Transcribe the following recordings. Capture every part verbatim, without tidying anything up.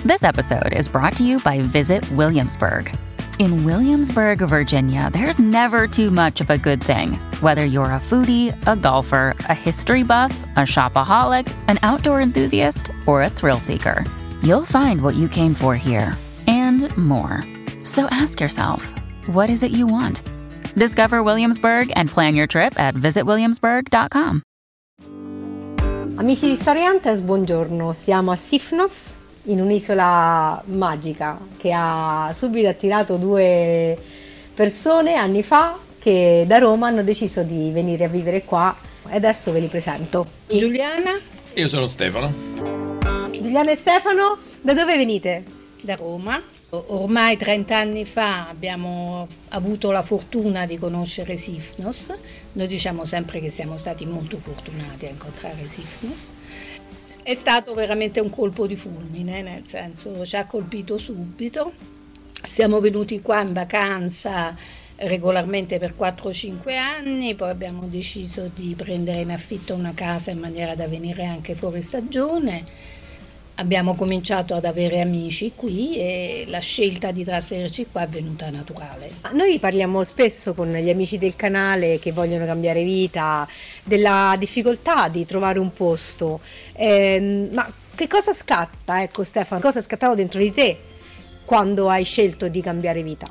This episode is brought to you by Visit Williamsburg. In Williamsburg, Virginia, there's never too much of a good thing. Whether you're a foodie, a golfer, a history buff, a shopaholic, an outdoor enthusiast, or a thrill seeker, you'll find what you came for here and more. So ask yourself, what is it you want? Discover Williamsburg and plan your trip at visit williamsburg dot com. Amici di Storia Hunters, buongiorno. Siamo a Sifnos, in un'isola magica che ha subito attirato due persone anni fa che da Roma hanno deciso di venire a vivere qua e adesso ve li presento. Giuliana. Io sono Stefano. Giuliana e Stefano, da dove venite? Da Roma. Ormai trenta anni fa abbiamo avuto la fortuna di conoscere Sifnos. Noi diciamo sempre che siamo stati molto fortunati a incontrare Sifnos. È stato veramente un colpo di fulmine, nel senso ci ha colpito subito. Siamo venuti qua in vacanza regolarmente per quattro cinque anni, poi abbiamo deciso di prendere in affitto una casa in maniera da venire anche fuori stagione. Abbiamo cominciato ad avere amici qui e la scelta di trasferirci qua è venuta naturale. Noi parliamo spesso con gli amici del canale che vogliono cambiare vita della difficoltà di trovare un posto, eh, ma che cosa scatta, ecco Stefano, cosa è scattato dentro di te quando hai scelto di cambiare vita?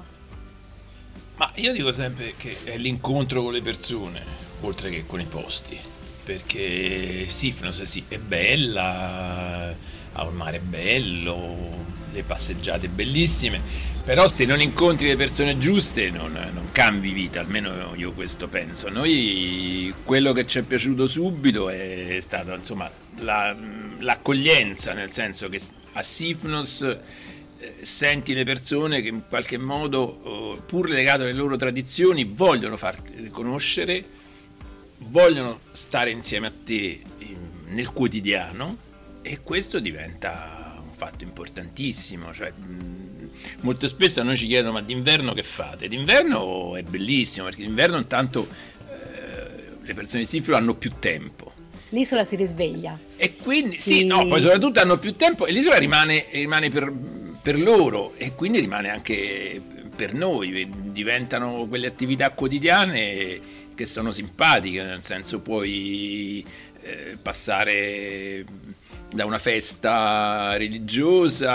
Ma io dico sempre che è l'incontro con le persone, oltre che con i posti, perché Sifnos sì, è bella, ha un mare bello, le passeggiate bellissime, però se non incontri le persone giuste non, non cambi vita, almeno io questo penso. Noi quello che ci è piaciuto subito è stato insomma la, l'accoglienza, nel senso che a Sifnos eh, senti le persone che in qualche modo, eh, pur legate alle loro tradizioni, vogliono farti conoscere, vogliono stare insieme a te in, nel quotidiano. E questo diventa un fatto importantissimo, cioè, mh, molto spesso a noi ci chiedono: ma d'inverno che fate? D'inverno è bellissimo, perché d'inverno intanto eh, le persone di Sifnos hanno più tempo. L'isola si risveglia. E quindi, sì, sì no, poi soprattutto hanno più tempo e l'isola rimane, rimane per, per loro e quindi rimane anche per noi, diventano quelle attività quotidiane che sono simpatiche, nel senso puoi eh, passare da una festa religiosa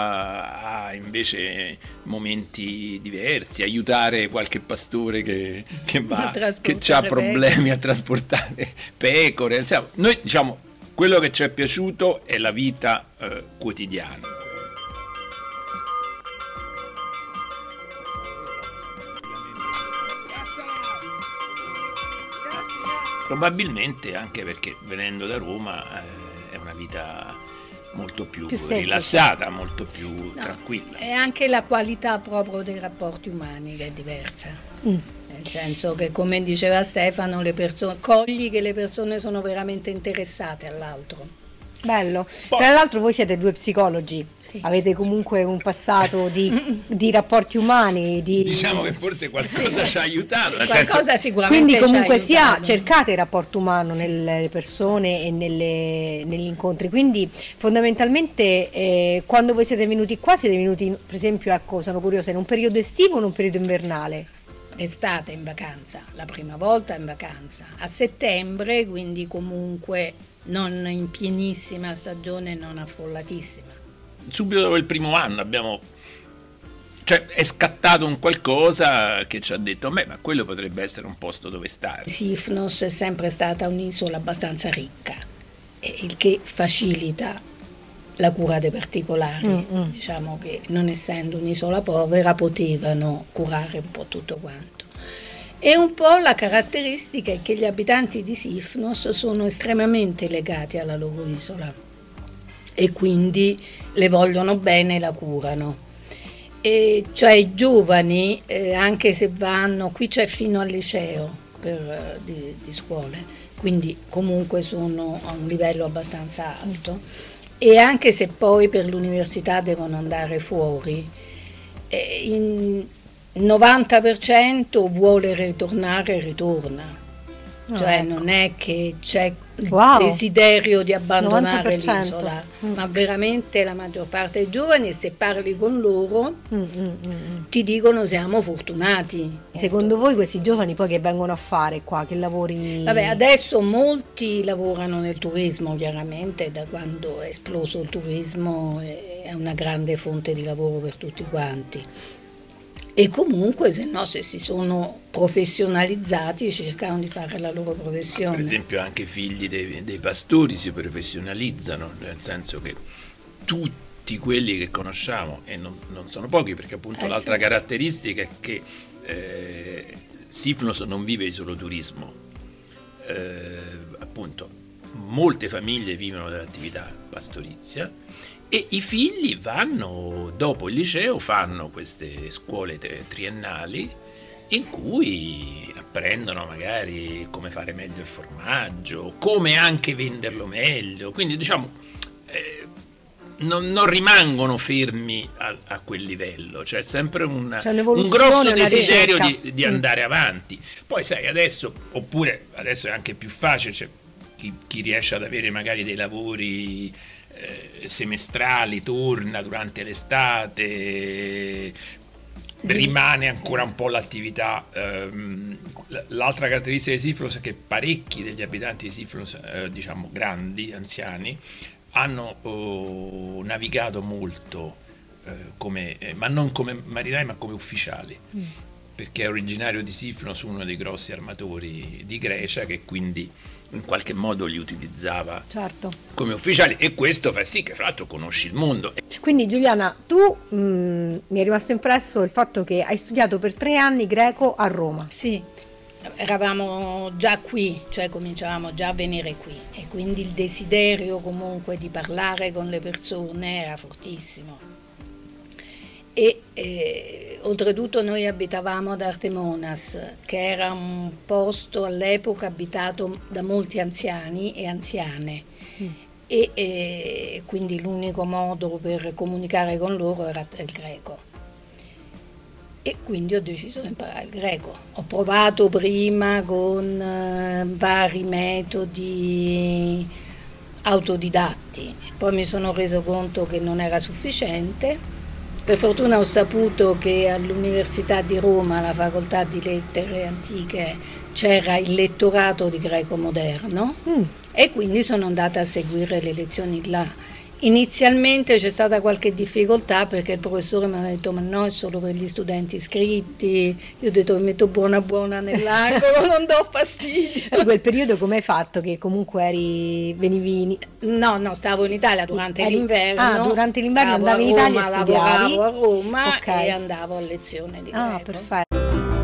a invece momenti diversi, aiutare qualche pastore che, che, va, che ha problemi a trasportare pecore. Insomma, noi diciamo quello che ci è piaciuto è la vita eh, quotidiana. Probabilmente anche perché venendo da Roma eh, è una vita molto più, più rilassata, molto più no, tranquilla. E anche la qualità proprio dei rapporti umani che è diversa. Mm. Nel senso che, come diceva Stefano, le persone cogli che le persone sono veramente interessate all'altro. Bello. Tra l'altro voi siete due psicologi, sì, avete comunque un passato di, di rapporti umani. Di... Diciamo che forse qualcosa sì. ci ha aiutato. Nel qualcosa senso... sicuramente. Quindi comunque ci ha sia cercate il rapporto umano sì. nelle persone e nelle, negli incontri. Quindi fondamentalmente eh, quando voi siete venuti qua siete venuti, per esempio, ecco, sono curiosa, in un periodo estivo o in un periodo invernale? Estate in vacanza, la prima volta in vacanza, a settembre, quindi comunque non in pienissima stagione, non affollatissima. Subito dopo il primo anno abbiamo, cioè è scattato un qualcosa che ci ha detto: beh, ma quello potrebbe essere un posto dove stare. Sifnos è sempre stata un'isola abbastanza ricca, il che facilita la cura dei particolari. Mm-hmm. Diciamo che non essendo un'isola povera potevano curare un po' tutto quanto. E un po' la caratteristica è che gli abitanti di Sifnos sono estremamente legati alla loro isola e quindi le vogliono bene e la curano. E cioè i giovani, eh, anche se vanno, qui c'è fino al liceo per, di, di scuole, quindi comunque sono a un livello abbastanza alto, e anche se poi per l'università devono andare fuori, eh, in, il novanta per cento vuole ritornare e ritorna. No, cioè ecco. Non è che c'è il wow. desiderio di abbandonare novanta per cento. l'isola, mm. ma veramente la maggior parte dei giovani, e se parli con loro mm, mm, mm. ti dicono siamo fortunati. Secondo voi questi giovani poi che vengono a fare qua, che lavori? Vabbè, adesso molti lavorano nel turismo, chiaramente da quando è esploso il turismo è una grande fonte di lavoro per tutti quanti. E comunque se no, se si sono professionalizzati, cercano di fare la loro professione. Per esempio anche figli dei, dei pastori si professionalizzano, nel senso che tutti quelli che conosciamo, e non, non sono pochi, perché appunto eh l'altra sì. caratteristica è che eh, Sifnos non vive di solo turismo, eh, appunto molte famiglie vivono dell'attività pastorizia, e i figli vanno, dopo il liceo, fanno queste scuole triennali in cui apprendono magari come fare meglio il formaggio, come anche venderlo meglio, quindi diciamo eh, non, non rimangono fermi a, a quel livello, c'è cioè sempre una, un grosso desiderio di, di andare mm. avanti. Poi sai, adesso, oppure adesso è anche più facile, cioè, chi, chi riesce ad avere magari dei lavori Eh, semestrali, torna durante l'estate, rimane ancora un po' l'attività. ehm, l'altra caratteristica di Sifnos è che parecchi degli abitanti di Sifnos, eh, diciamo grandi, anziani, hanno oh, navigato molto eh, come, eh, ma non come marinai ma come ufficiali, mm. perché è originario di Sifnos uno dei grossi armatori di Grecia, che quindi in qualche modo li utilizzava certo. come ufficiali, e questo fa sì che fra l'altro conosci il mondo. Quindi Giuliana, tu mh, mi è rimasto impresso il fatto che hai studiato per tre anni greco a Roma. Sì, eravamo già qui, cioè cominciavamo già a venire qui, e quindi il desiderio comunque di parlare con le persone era fortissimo. E eh, oltretutto noi abitavamo ad Artemonas, che era un posto all'epoca abitato da molti anziani e anziane, mm. e, e quindi l'unico modo per comunicare con loro era il greco, e quindi ho deciso di imparare il greco. Ho provato prima con eh, vari metodi autodidatti, poi mi sono reso conto che non era sufficiente. Per fortuna ho saputo che all'Università di Roma, alla Facoltà di Lettere Antiche, c'era il lettorato di greco moderno, mm. e quindi sono andata a seguire le lezioni là. Inizialmente c'è stata qualche difficoltà perché il professore mi ha detto ma no, è solo per gli studenti iscritti. Io ho detto mi metto buona buona nell'angolo, non do fastidio. In quel periodo come hai fatto, che comunque eri venivi? No, no, stavo in Italia durante eri... l'inverno. Ah, durante l'inverno andavi in Italia e studiavi? Lavoravo a Roma, okay. E andavo a lezione di greco. Ah, perfetto.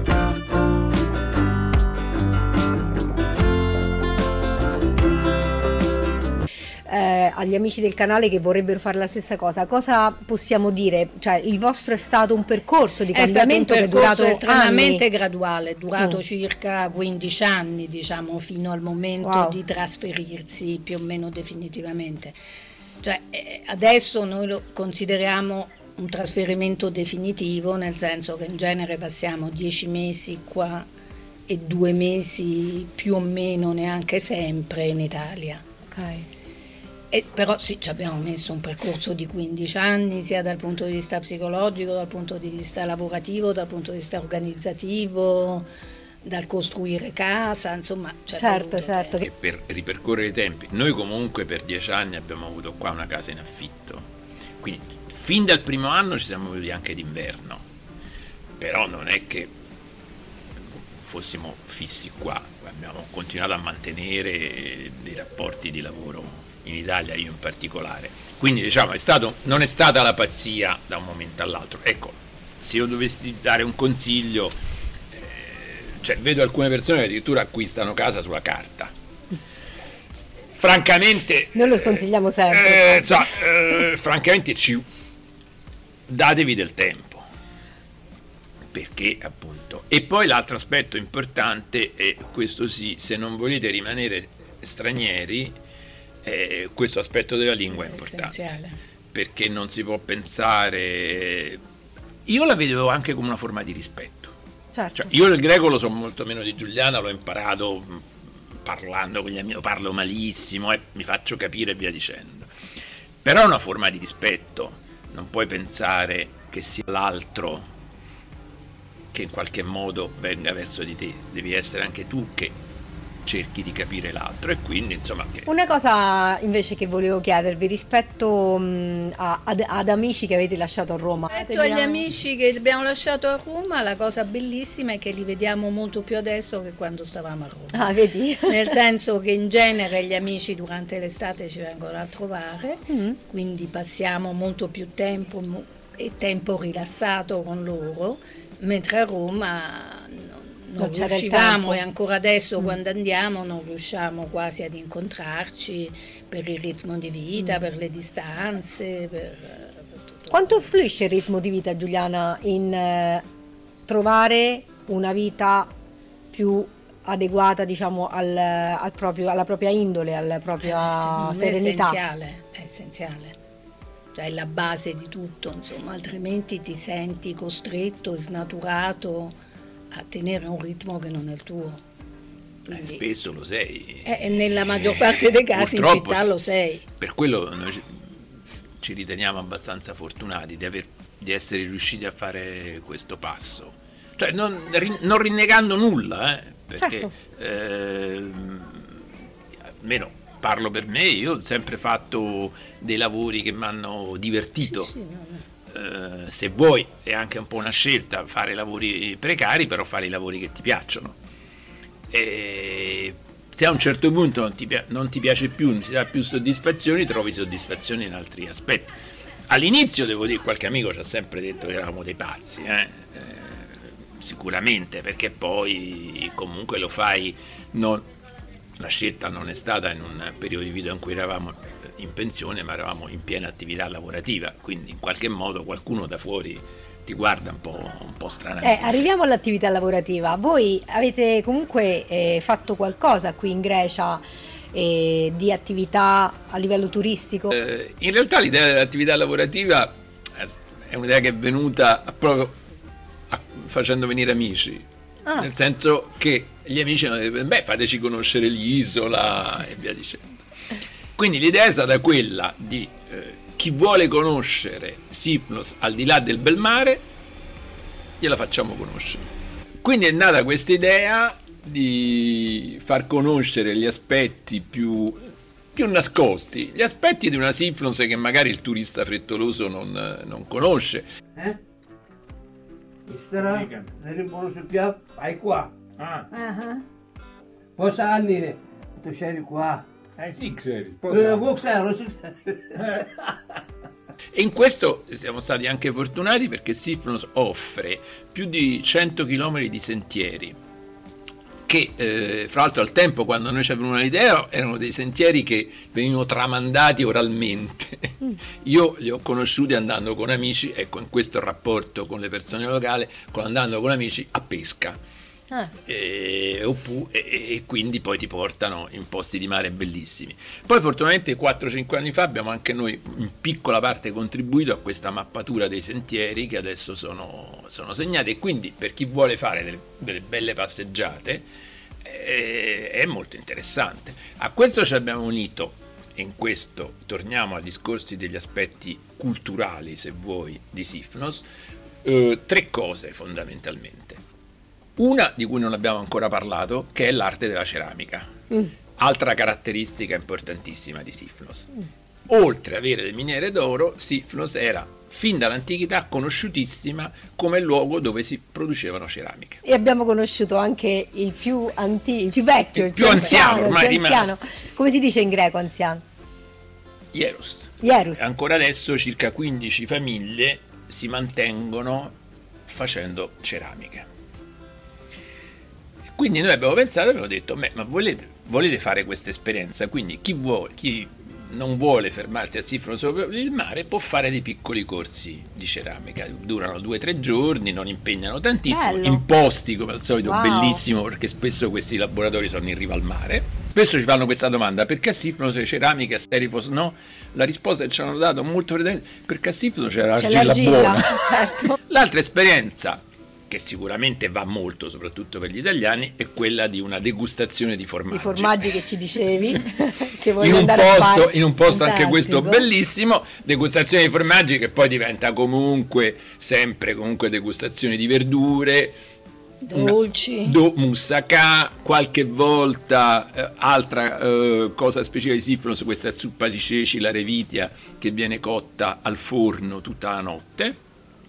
Eh, agli amici del canale che vorrebbero fare la stessa cosa, cosa possiamo dire? Cioè, il vostro è stato un percorso di cambiamento che è durato estremamente anni. graduale, è durato mm. circa quindici anni, diciamo, fino al momento wow. di trasferirsi più o meno definitivamente. Cioè, eh, adesso noi lo consideriamo un trasferimento definitivo, nel senso che in genere passiamo dieci mesi qua e due mesi più o meno, neanche sempre, in Italia. Ok. E però sì, ci abbiamo messo un percorso di quindici anni, sia dal punto di vista psicologico, dal punto di vista lavorativo, dal punto di vista organizzativo, dal costruire casa, insomma. Certo, certo. E per ripercorrere i tempi, noi comunque per dieci anni abbiamo avuto qua una casa in affitto, quindi fin dal primo anno ci siamo venuti anche d'inverno, però non è che fossimo fissi qua, abbiamo continuato a mantenere dei rapporti di lavoro in Italia, io in particolare, quindi diciamo è stato, non è stata la pazzia da un momento all'altro. Ecco, se io dovessi dare un consiglio, eh, cioè vedo alcune persone che addirittura acquistano casa sulla carta, francamente noi lo sconsigliamo sempre, eh, so, eh, francamente ci datevi del tempo, perché appunto. E poi l'altro aspetto importante è questo, sì, se non volete rimanere stranieri, Eh, questo aspetto della lingua è importante, essenziale, perché non si può pensare, io la vedo anche come una forma di rispetto, certo. Cioè, io il greco lo so molto meno di Giuliana, l'ho imparato parlando con gli amici, parlo malissimo e mi faccio capire e via dicendo. Però è una forma di rispetto, non puoi pensare che sia l'altro che in qualche modo venga verso di te, devi essere anche tu che cerchi di capire l'altro, e quindi insomma che... Una cosa invece che volevo chiedervi rispetto mh, a, ad, ad amici che avete lasciato a Roma. Rispetto agli amici che abbiamo lasciato a Roma, la cosa bellissima è che li vediamo molto più adesso che quando stavamo a Roma. Ah, vedi? Nel senso che in genere gli amici durante l'estate ci vengono a trovare, mm. quindi passiamo molto più tempo e tempo rilassato con loro, mentre a Roma non, non riuscivamo, e ancora adesso mm. quando andiamo non riusciamo quasi ad incontrarci per il ritmo di vita, mm. per le distanze, per, per tutto. Quanto influisce il ritmo di vita, Giuliana, in eh, trovare una vita più adeguata, diciamo, al, al proprio, alla propria indole, alla propria eh, serenità? È essenziale, è essenziale. Cioè è la base di tutto, insomma, altrimenti ti senti costretto e snaturato a tenere un ritmo che non è il tuo. Quindi, eh, spesso lo sei. E eh, nella maggior parte dei casi in città lo sei. Per quello noi ci, ci riteniamo abbastanza fortunati di, aver, di essere riusciti a fare questo passo. Cioè non, non rinnegando nulla, eh, perché certo. eh, almeno parlo per me, io ho sempre fatto dei lavori che mi hanno divertito. Sì, sì, no, no. Uh, se vuoi è anche un po' una scelta fare lavori precari, però fare i lavori che ti piacciono, e se a un certo punto non ti, pi- non ti piace più, non ti dà più soddisfazioni, trovi soddisfazioni in altri aspetti. All'inizio devo dire, qualche amico ci ha sempre detto che eravamo dei pazzi, eh? Eh, sicuramente, perché poi comunque lo fai, non, la scelta non è stata in un periodo di vita in cui eravamo in pensione, ma eravamo in piena attività lavorativa, quindi in qualche modo qualcuno da fuori ti guarda un po', un po' stranamente. Eh, arriviamo all'attività lavorativa. Voi avete comunque eh, fatto qualcosa qui in Grecia eh, di attività a livello turistico? Eh, in realtà l'idea dell'attività lavorativa è un'idea che è venuta proprio a, facendo venire amici, ah. nel senso che gli amici hanno detto, beh, fateci conoscere l'isola e via dicendo. Quindi l'idea è stata quella di eh, chi vuole conoscere Sifnos al di là del bel mare, gliela facciamo conoscere. Quindi è nata questa idea di far conoscere gli aspetti più, più nascosti, gli aspetti di una Sifnos che magari il turista frettoloso non, non conosce. Eh? Mistera, non conosci più? Vai qua. Ah. Uh-huh. Poi salire, tu sei qua. Eh sì, c'eri. E in questo siamo stati anche fortunati, perché Sifnos offre più di cento chilometri di sentieri che eh, fra l'altro al tempo, quando noi ci avevamo l'idea, erano dei sentieri che venivano tramandati oralmente. Mm. Io li ho conosciuti andando con amici, ecco, in questo rapporto con le persone locali, andando con amici a pesca. Ah. E, oppu- e, e quindi poi ti portano in posti di mare bellissimi. Poi fortunatamente quattro cinque anni fa abbiamo anche noi in piccola parte contribuito a questa mappatura dei sentieri che adesso sono, sono segnati, e quindi per chi vuole fare delle, delle belle passeggiate eh, è molto interessante. A questo ci abbiamo unito, e in questo torniamo ai discorsi degli aspetti culturali, se vuoi, di Sifnos, eh, tre cose fondamentalmente. Una di cui non abbiamo ancora parlato, che è l'arte della ceramica, mm. altra caratteristica importantissima di Sifnos. Mm. Oltre ad avere le miniere d'oro, Sifnos era fin dall'antichità conosciutissima come luogo dove si producevano ceramiche. E abbiamo conosciuto anche il più antico, il più vecchio, il, il più, più anziano, ormai più anziano. Come si dice in greco anziano? Hieros. Hieros. Ancora adesso circa quindici famiglie si mantengono facendo ceramiche. Quindi noi abbiamo pensato, abbiamo detto, ma volete, volete fare questa esperienza? Quindi chi vuole, chi non vuole fermarsi a Sifnos sopra il mare può fare dei piccoli corsi di ceramica, durano due o tre giorni, non impegnano tantissimo, bello. In posti come al solito, wow. Bellissimo, perché spesso questi laboratori sono in riva al mare. Spesso ci fanno questa domanda, perché a Sifnos c'è ceramica, a Serifos no? La risposta che ci hanno dato molto, perché a Sifnos c'era l'argilla buona. Certo. L'altra esperienza che sicuramente va molto, soprattutto per gli italiani, è quella di una degustazione di formaggi. I formaggi che ci dicevi, che in, un andare posto, a fare. in un posto anche Fantastico. questo bellissimo, degustazione di formaggi che poi diventa comunque, sempre comunque degustazione di verdure, Dolci. do, moussaka, qualche volta eh, altra eh, cosa specifica di Sifnos, questa zuppa di ceci, la revitia, che viene cotta al forno tutta la notte.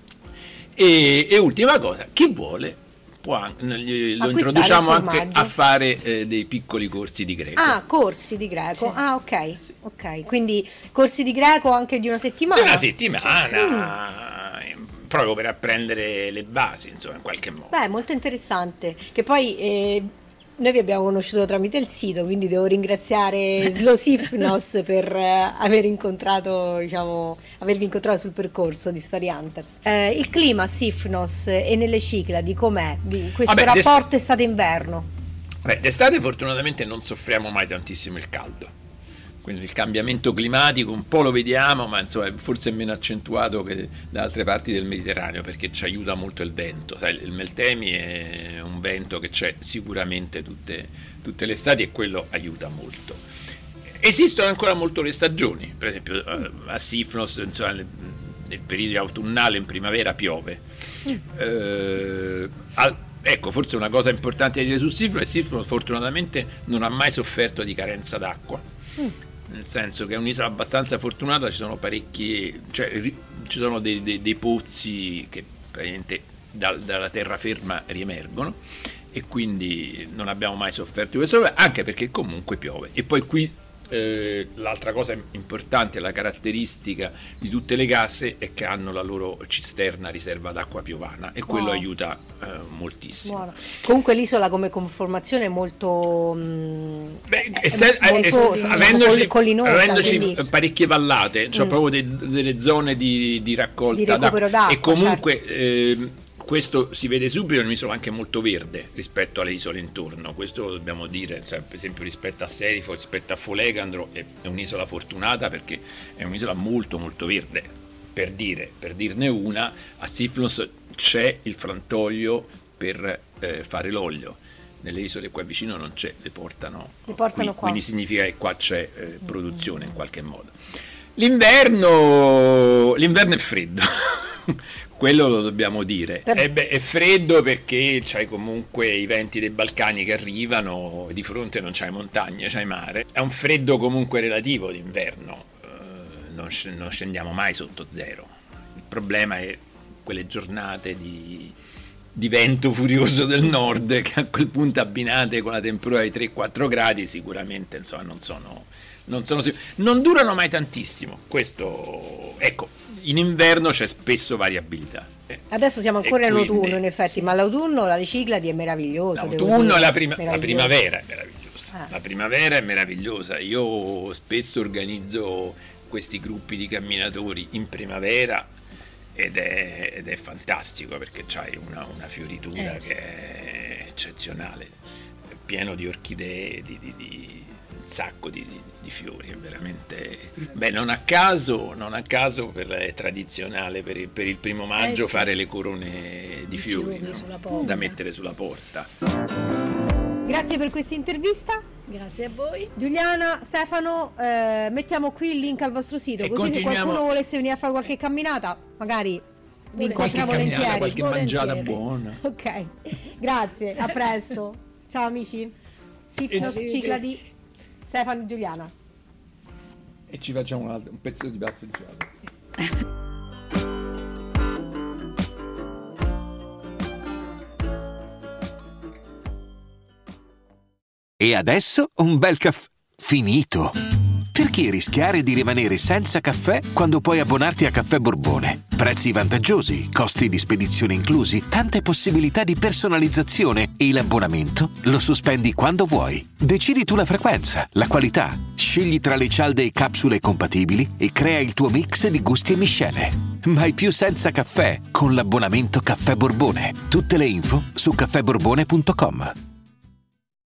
E, e ultima cosa, chi vuole può anche, lo Acquistare introduciamo anche formaggio. a fare eh, dei piccoli corsi di greco. Ah, corsi di greco. Sì. Ah, ok. Ok, quindi corsi di greco anche di una settimana. Una settimana, mm. proprio per apprendere le basi, insomma, in qualche modo. Beh, molto interessante. Che poi eh, noi vi abbiamo conosciuto tramite il sito, quindi devo ringraziare Slow Sifnos per eh, aver incontrato, diciamo, avervi incontrato sul percorso di Story Hunters. Eh, il clima a Sifnos e nelle Cicladi com'è? Di questo Vabbè, rapporto estate-inverno? Beh, d'estate fortunatamente non soffriamo mai tantissimo il caldo. Quindi il cambiamento climatico un po' lo vediamo, ma insomma forse è meno accentuato che da altre parti del Mediterraneo, perché ci aiuta molto il vento. Sai, il Meltemi è un vento che c'è sicuramente tutte, tutte le estati e quello aiuta molto. Esistono ancora molto le stagioni, per esempio a Sifnos, insomma, nel, nel periodo autunnale, in primavera piove. Eh, al, ecco, forse una cosa importante da dire su Sifnos è che Sifnos fortunatamente non ha mai sofferto di carenza d'acqua. Nel senso che è un'isola abbastanza fortunata, ci sono parecchi, cioè ri, ci sono dei, dei, dei pozzi che praticamente da, dalla terraferma riemergono e quindi non abbiamo mai sofferto di questo, anche perché comunque piove. E poi qui eh, l'altra cosa importante, la caratteristica di tutte le case è che hanno la loro cisterna riserva d'acqua piovana e quello Wow. aiuta eh, moltissimo. Buono. Comunque l'isola come conformazione è molto, mh, Beh, è ess- molto, ess- diciamo, avendoci, collinosa, avendoci quindi- parecchie vallate, cioè Mm. proprio dei- delle zone di, di raccolta Di recupero d'acqua, e comunque ehm, questo si vede subito, è un'isola anche molto verde rispetto alle isole intorno, questo lo dobbiamo dire, cioè, per esempio rispetto a Serifo, rispetto a Folegandro è, è un'isola fortunata perché è un'isola molto molto verde. Per dire, per dirne una, a Sifnos c'è il frantoio per eh, fare l'olio. Nelle isole qua vicino non c'è, le portano, Le portano qui, qua. quindi significa che qua c'è eh, produzione in qualche modo. L'inverno, l'inverno è freddo, quello lo dobbiamo dire. Per- Eh beh, è freddo perché c'hai comunque i venti dei Balcani che arrivano, di fronte non c'hai montagne, c'hai mare. È un freddo comunque relativo d'inverno, eh, non, sc- non scendiamo mai sotto zero. Il problema è quelle giornate di, di vento furioso del nord che a quel punto abbinate con la temperatura di tre quattro gradi sicuramente insomma non sono, non sono non durano mai tantissimo. Questo, ecco, in inverno c'è spesso variabilità. Eh, Adesso siamo ancora e in quindi- autunno in effetti, ma l'autunno, la Cicladi è meraviglioso. devo L'autunno dire. e la, prima- la Meraviglioso. primavera è meravigliosa. Ah. La primavera è meravigliosa. Io spesso organizzo questi gruppi di camminatori in primavera ed è, ed è fantastico perché c'hai una, una fioritura Eh, sì. che è eccezionale, è pieno di orchidee, di, di, di un sacco di, di, di fiori, è veramente. Beh, non a caso, non a caso per, è tradizionale per il, per il primo maggio Eh, sì. fare le corone di, Di fiori, fiori no? sulla porta. Da mettere sulla porta. Grazie per questa intervista. Grazie a voi. Giuliana, Stefano, eh, mettiamo qui il link al vostro sito, E così se continuiamo- qualcuno volesse venire a fare qualche camminata, magari vi Qualche incontra camminata, volentieri. qualche mangiata Volentieri. buona. Ok, grazie, a presto. Ciao amici. Sifnos, Arrivederci. Cicladi, Stefano e Giuliana. E ci facciamo un, altro- un pezzo di passeggiata. E adesso un bel caffè finito. Perché rischiare di rimanere senza caffè quando puoi abbonarti a Caffè Borbone? Prezzi vantaggiosi, costi di spedizione inclusi, tante possibilità di personalizzazione e l'abbonamento lo sospendi quando vuoi. Decidi tu la frequenza, la qualità, scegli tra le cialde e capsule compatibili e crea il tuo mix di gusti e miscele. Mai più senza caffè con l'abbonamento Caffè Borbone. Tutte le info su caffè borbone punto com.